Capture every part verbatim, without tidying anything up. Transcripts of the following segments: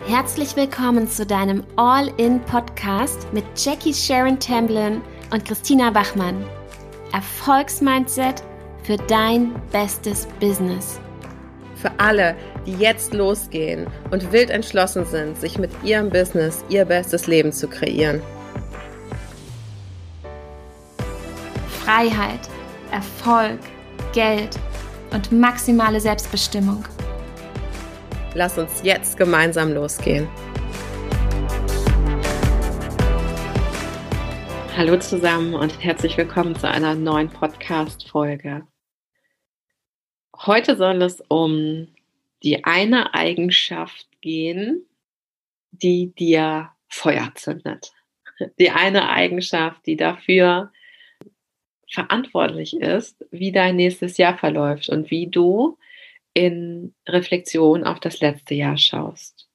Herzlich willkommen zu deinem All-In-Podcast mit Jackie Sharon Tamblyn und Christina Bachmann. Erfolgsmindset für dein bestes Business. Für alle, die jetzt losgehen und wild entschlossen sind, sich mit ihrem Business ihr bestes Leben zu kreieren. Freiheit, Erfolg, Geld und maximale Selbstbestimmung. Lass uns jetzt gemeinsam losgehen. Hallo zusammen und herzlich willkommen zu einer neuen Podcast-Folge. Heute soll es um die eine Eigenschaft gehen, die dir Feuer zündet. Die eine Eigenschaft, die dafür verantwortlich ist, wie dein nächstes Jahr verläuft und wie du in Reflexion auf das letzte Jahr schaust.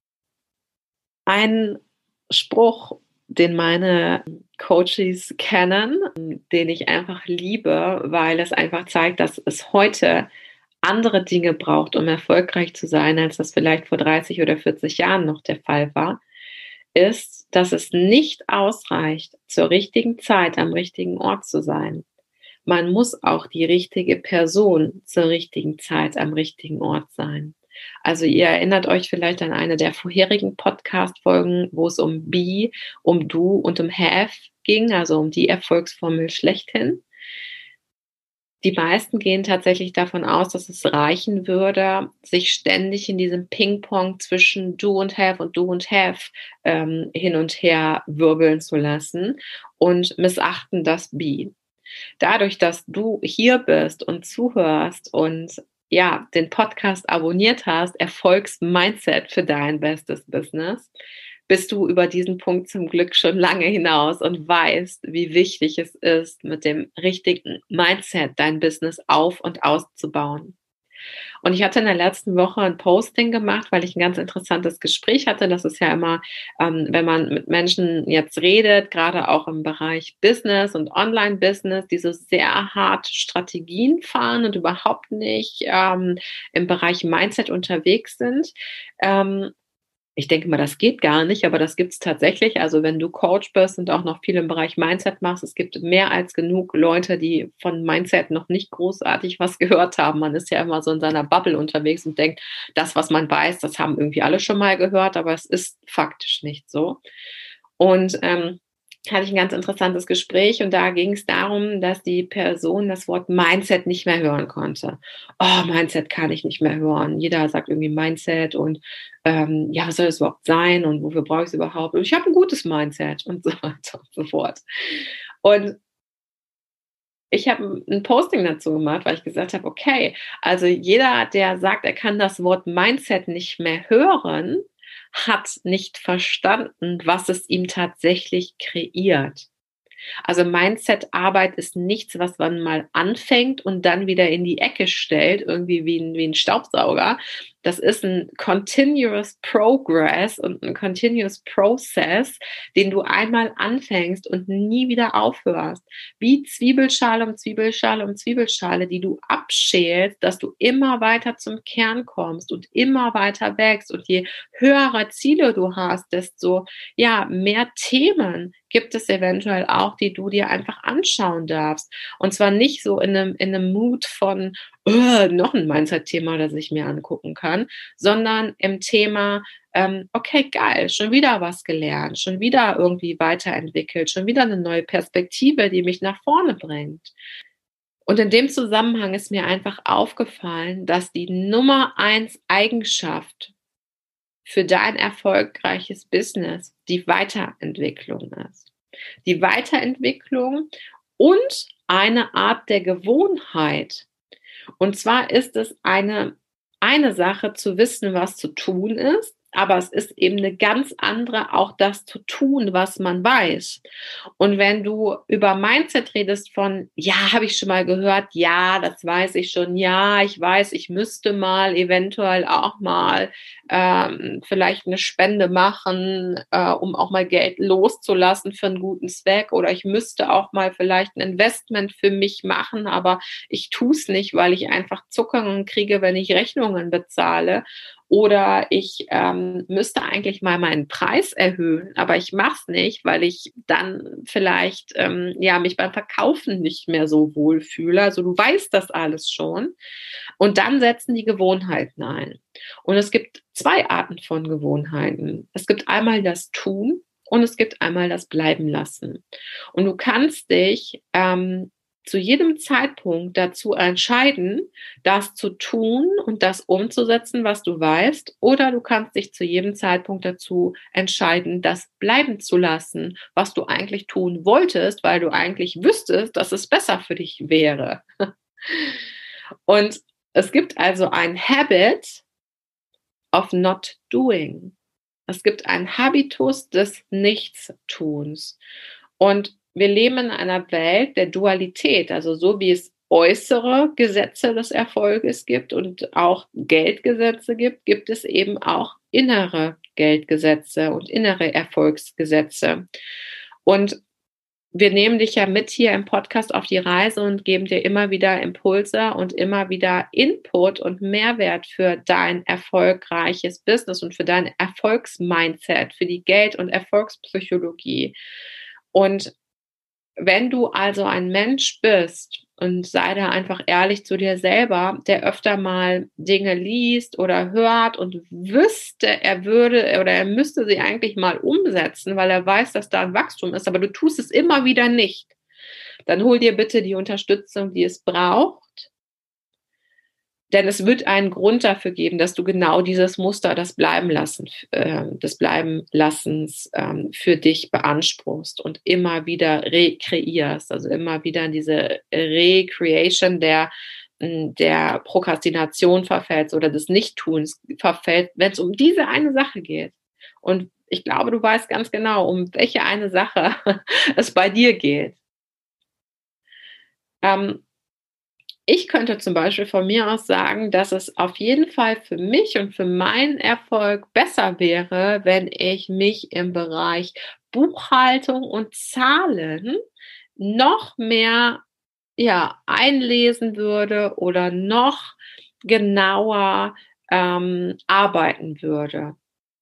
Ein Spruch, den meine Coaches kennen, den ich einfach liebe, weil es einfach zeigt, dass es heute andere Dinge braucht, um erfolgreich zu sein, als das vielleicht vor dreißig oder vierzig Jahren noch der Fall war, ist, dass es nicht ausreicht, zur richtigen Zeit am richtigen Ort zu sein. Man muss auch die richtige Person zur richtigen Zeit am richtigen Ort sein. Also ihr erinnert euch vielleicht an eine der vorherigen Podcast-Folgen, wo es um Be, um Do und um Have ging, also um die Erfolgsformel schlechthin. Die meisten gehen tatsächlich davon aus, dass es reichen würde, sich ständig in diesem Ping-Pong zwischen Do und Have und Do und Have ähm, hin und her wirbeln zu lassen und missachten das Be. Dadurch, dass du hier bist und zuhörst und ja, den Podcast abonniert hast, Erfolgsmindset für dein bestes Business, bist du über diesen Punkt zum Glück schon lange hinaus und weißt, wie wichtig es ist, mit dem richtigen Mindset dein Business auf- und auszubauen. Und ich hatte in der letzten Woche ein Posting gemacht, weil ich ein ganz interessantes Gespräch hatte. Das ist ja immer, ähm, wenn man mit Menschen jetzt redet, gerade auch im Bereich Business und Online-Business, die so sehr hart Strategien fahren und überhaupt nicht ähm, im Bereich Mindset unterwegs sind. Ähm, Ich denke mal, das geht gar nicht, aber das gibt es tatsächlich. Also wenn du Coach bist und auch noch viel im Bereich Mindset machst, es gibt mehr als genug Leute, die von Mindset noch nicht großartig was gehört haben. Man ist ja immer so in seiner Bubble unterwegs und denkt, das, was man weiß, das haben irgendwie alle schon mal gehört, aber es ist faktisch nicht so. Und ähm, hatte ich ein ganz interessantes Gespräch und da ging es darum, dass die Person das Wort Mindset nicht mehr hören konnte. Oh, Mindset kann ich nicht mehr hören. Jeder sagt irgendwie Mindset und ähm, ja, was soll das überhaupt sein und wofür brauche ich es überhaupt? Und ich habe ein gutes Mindset und so weiter und so fort. Und ich habe ein Posting dazu gemacht, weil ich gesagt habe, okay, also jeder, der sagt, er kann das Wort Mindset nicht mehr hören, hat nicht verstanden, was es ihm tatsächlich kreiert. Also Mindset-Arbeit ist nichts, was man mal anfängt und dann wieder in die Ecke stellt, irgendwie wie ein, wie ein Staubsauger. Das ist ein continuous progress und ein continuous process, den du einmal anfängst und nie wieder aufhörst. Wie Zwiebelschale um Zwiebelschale um Zwiebelschale, die du abschälst, dass du immer weiter zum Kern kommst und immer weiter wächst. Und je höhere Ziele du hast, desto ja, mehr Themen gibt es eventuell auch, die du dir einfach anschauen darfst. Und zwar nicht so in einem, in einem Mood von, oh, noch ein Mindset-Thema, das ich mir angucken kann, sondern im Thema, ähm, okay, geil, schon wieder was gelernt, schon wieder irgendwie weiterentwickelt, schon wieder eine neue Perspektive, die mich nach vorne bringt. Und in dem Zusammenhang ist mir einfach aufgefallen, dass die Nummer eins Eigenschaft für dein erfolgreiches Business die Weiterentwicklung ist. Die Weiterentwicklung und eine Art der Gewohnheit. Und zwar ist es eine, eine Sache zu wissen, was zu tun ist, aber es ist eben eine ganz andere, auch das zu tun, was man weiß. Und wenn du über Mindset redest von, ja, habe ich schon mal gehört, ja, das weiß ich schon, ja, ich weiß, ich müsste mal eventuell auch mal ähm, vielleicht eine Spende machen, äh, um auch mal Geld loszulassen für einen guten Zweck, oder ich müsste auch mal vielleicht ein Investment für mich machen, aber ich tue es nicht, weil ich einfach Zuckungen kriege, wenn ich Rechnungen bezahle. Oder ich ähm, müsste eigentlich mal meinen Preis erhöhen, aber ich mache es nicht, weil ich dann vielleicht ähm, ja, mich beim Verkaufen nicht mehr so wohl fühle. Also du weißt das alles schon. Und dann setzen die Gewohnheiten ein. Und es gibt zwei Arten von Gewohnheiten. Es gibt einmal das Tun und es gibt einmal das Bleiben lassen. Und du kannst dich ähm, zu jedem Zeitpunkt dazu entscheiden, das zu tun und das umzusetzen, was du weißt, oder du kannst dich zu jedem Zeitpunkt dazu entscheiden, das bleiben zu lassen, was du eigentlich tun wolltest, weil du eigentlich wüsstest, dass es besser für dich wäre. Und es gibt also ein Habit of not doing. Es gibt einen Habitus des Nichtstuns. Und wir leben in einer Welt der Dualität, also so wie es äußere Gesetze des Erfolges gibt und auch Geldgesetze gibt, gibt es eben auch innere Geldgesetze und innere Erfolgsgesetze. Und wir nehmen dich ja mit hier im Podcast auf die Reise und geben dir immer wieder Impulse und immer wieder Input und Mehrwert für dein erfolgreiches Business und für dein Erfolgsmindset, für die Geld- und Erfolgspsychologie. Und wenn du also ein Mensch bist, und sei da einfach ehrlich zu dir selber, der öfter mal Dinge liest oder hört und wüsste, er würde oder er müsste sie eigentlich mal umsetzen, weil er weiß, dass da ein Wachstum ist, aber du tust es immer wieder nicht, dann hol dir bitte die Unterstützung, die es braucht. Denn es wird einen Grund dafür geben, dass du genau dieses Muster, das Bleiben lassen, äh, des Bleiben lassens ähm, für dich beanspruchst und immer wieder rekreierst, also immer wieder in diese Recreation der, der Prokrastination verfällst oder des Nichttuns verfällst, wenn es um diese eine Sache geht. Und ich glaube, du weißt ganz genau, um welche eine Sache es bei dir geht. Ähm, Ich könnte zum Beispiel von mir aus sagen, dass es auf jeden Fall für mich und für meinen Erfolg besser wäre, wenn ich mich im Bereich Buchhaltung und Zahlen noch mehr, ja, einlesen würde oder noch genauer ähm, arbeiten würde.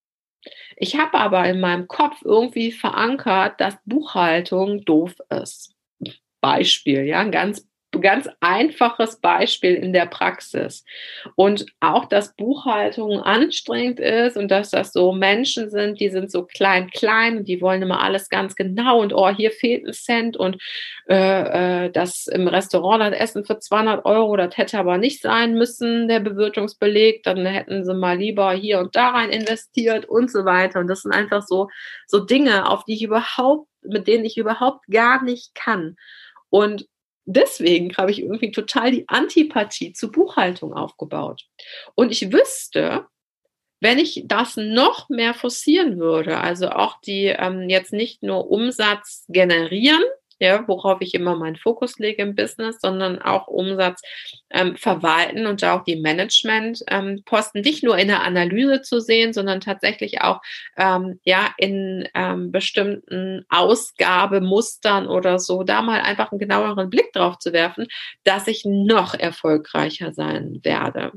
Ich habe aber in meinem Kopf irgendwie verankert, dass Buchhaltung doof ist. Beispiel, ja, ein ganz ganz einfaches Beispiel in der Praxis. Und auch, dass Buchhaltung anstrengend ist und dass das so Menschen sind, die sind so klein, klein, die wollen immer alles ganz genau und oh, hier fehlt ein Cent und äh, äh, das im Restaurant das Essen für zweihundert Euro, das hätte aber nicht sein müssen, der Bewirtungsbeleg, dann hätten sie mal lieber hier und da rein investiert und so weiter. Und das sind einfach so, so Dinge, auf die ich überhaupt, mit denen ich überhaupt gar nicht kann. Und deswegen habe ich irgendwie total die Antipathie zu Buchhaltung aufgebaut. Und ich wüsste, wenn ich das noch mehr forcieren würde, also auch die ähm, jetzt nicht nur Umsatz generieren, ja, worauf ich immer meinen Fokus lege im Business, sondern auch Umsatz ähm, verwalten und da auch die Management-Posten ähm, nicht nur in der Analyse zu sehen, sondern tatsächlich auch ähm, ja in ähm, bestimmten Ausgabemustern oder so, da mal einfach einen genaueren Blick drauf zu werfen, dass ich noch erfolgreicher sein werde.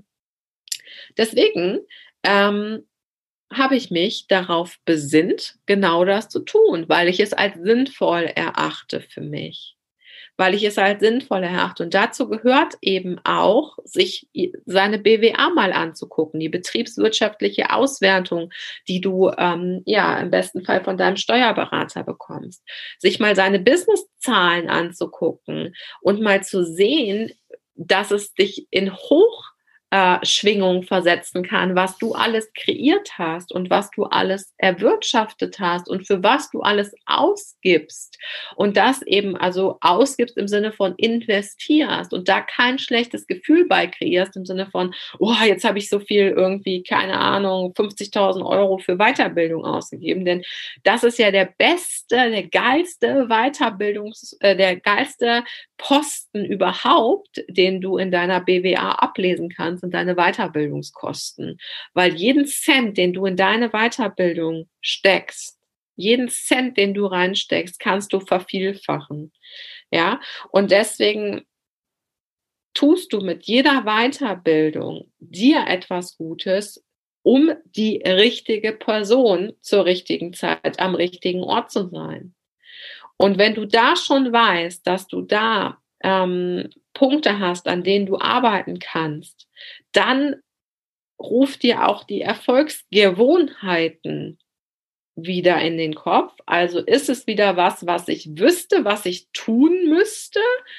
Deswegen ähm, habe ich mich darauf besinnt, genau das zu tun, weil ich es als sinnvoll erachte für mich. Weil ich es als sinnvoll erachte. Und dazu gehört eben auch, sich seine B W A mal anzugucken, die betriebswirtschaftliche Auswertung, die du ähm, ja im besten Fall von deinem Steuerberater bekommst. Sich mal seine Businesszahlen anzugucken und mal zu sehen, dass es dich in hoch Äh, Schwingung versetzen kann, was du alles kreiert hast und was du alles erwirtschaftet hast und für was du alles ausgibst und das eben also ausgibst im Sinne von investierst und da kein schlechtes Gefühl bei kreierst im Sinne von, oh, jetzt habe ich so viel irgendwie, keine Ahnung, fünfzigtausend Euro für Weiterbildung ausgegeben, denn das ist ja der beste, der geilste Weiterbildungs, äh, der geilste Posten überhaupt, den du in deiner B W A ablesen kannst, sind deine Weiterbildungskosten. Weil jeden Cent, den du in deine Weiterbildung steckst, jeden Cent, den du reinsteckst, kannst du vervielfachen. Ja, und deswegen tust du mit jeder Weiterbildung dir etwas Gutes, um die richtige Person zur richtigen Zeit am richtigen Ort zu sein. Und wenn du da schon weißt, dass du da ähm, Punkte hast, an denen du arbeiten kannst, dann ruf dir auch die Erfolgsgewohnheiten wieder in den Kopf. Also ist es wieder was, was ich wüsste, was ich tun müsste,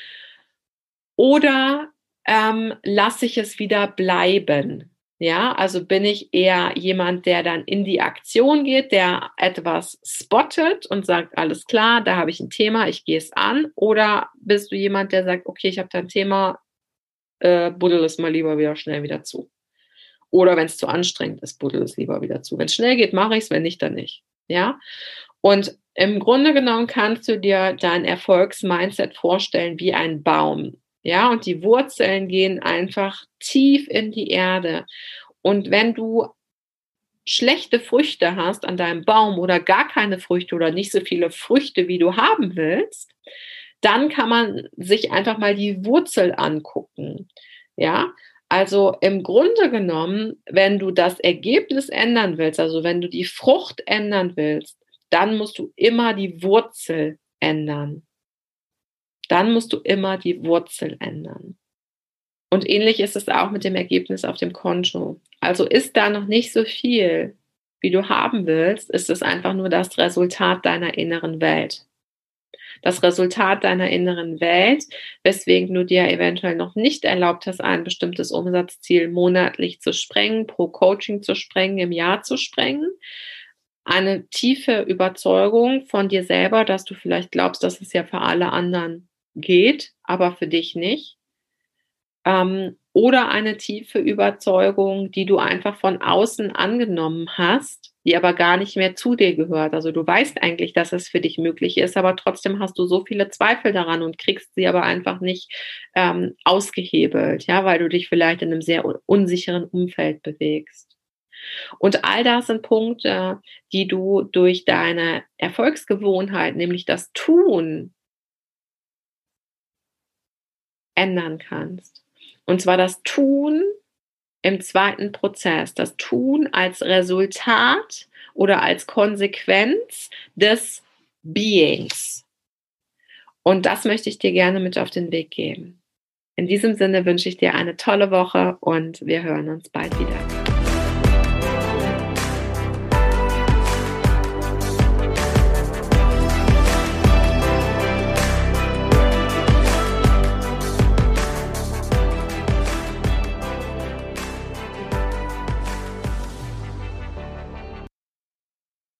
oder ähm, lasse ich es wieder bleiben? Ja, also bin ich eher jemand, der dann in die Aktion geht, der etwas spottet und sagt, alles klar, da habe ich ein Thema, ich gehe es an, oder bist du jemand, der sagt, okay, ich habe da ein Thema, äh, buddel es mal lieber wieder schnell wieder zu. Oder wenn es zu anstrengend ist, buddel es lieber wieder zu. Wenn es schnell geht, mache ich es, wenn nicht, dann nicht. Ja? Und im Grunde genommen kannst du dir dein Erfolgsmindset vorstellen wie ein Baum. Ja, und die Wurzeln gehen einfach tief in die Erde. Und wenn du schlechte Früchte hast an deinem Baum oder gar keine Früchte oder nicht so viele Früchte, wie du haben willst, dann kann man sich einfach mal die Wurzel angucken. Ja, also im Grunde genommen, wenn du das Ergebnis ändern willst, also wenn du die Frucht ändern willst, dann musst du immer die Wurzel ändern. Dann musst du immer die Wurzel ändern. Und ähnlich ist es auch mit dem Ergebnis auf dem Konto. Also ist da noch nicht so viel, wie du haben willst, ist es einfach nur das Resultat deiner inneren Welt. Das Resultat deiner inneren Welt, weswegen du dir eventuell noch nicht erlaubt hast, ein bestimmtes Umsatzziel monatlich zu sprengen, pro Coaching zu sprengen, im Jahr zu sprengen. Eine tiefe Überzeugung von dir selber, dass du vielleicht glaubst, dass es ja für alle anderen geht, aber für dich nicht. Ähm, oder eine tiefe Überzeugung, die du einfach von außen angenommen hast, die aber gar nicht mehr zu dir gehört. Also du weißt eigentlich, dass es für dich möglich ist, aber trotzdem hast du so viele Zweifel daran und kriegst sie aber einfach nicht ähm, ausgehebelt, ja, weil du dich vielleicht in einem sehr unsicheren Umfeld bewegst. Und all das sind Punkte, die du durch deine Erfolgsgewohnheit, nämlich das Tun, ändern kannst. Und zwar das Tun im zweiten Prozess, das Tun als Resultat oder als Konsequenz des Beings. Und das möchte ich dir gerne mit auf den Weg geben. In diesem Sinne wünsche ich dir eine tolle Woche und wir hören uns bald wieder.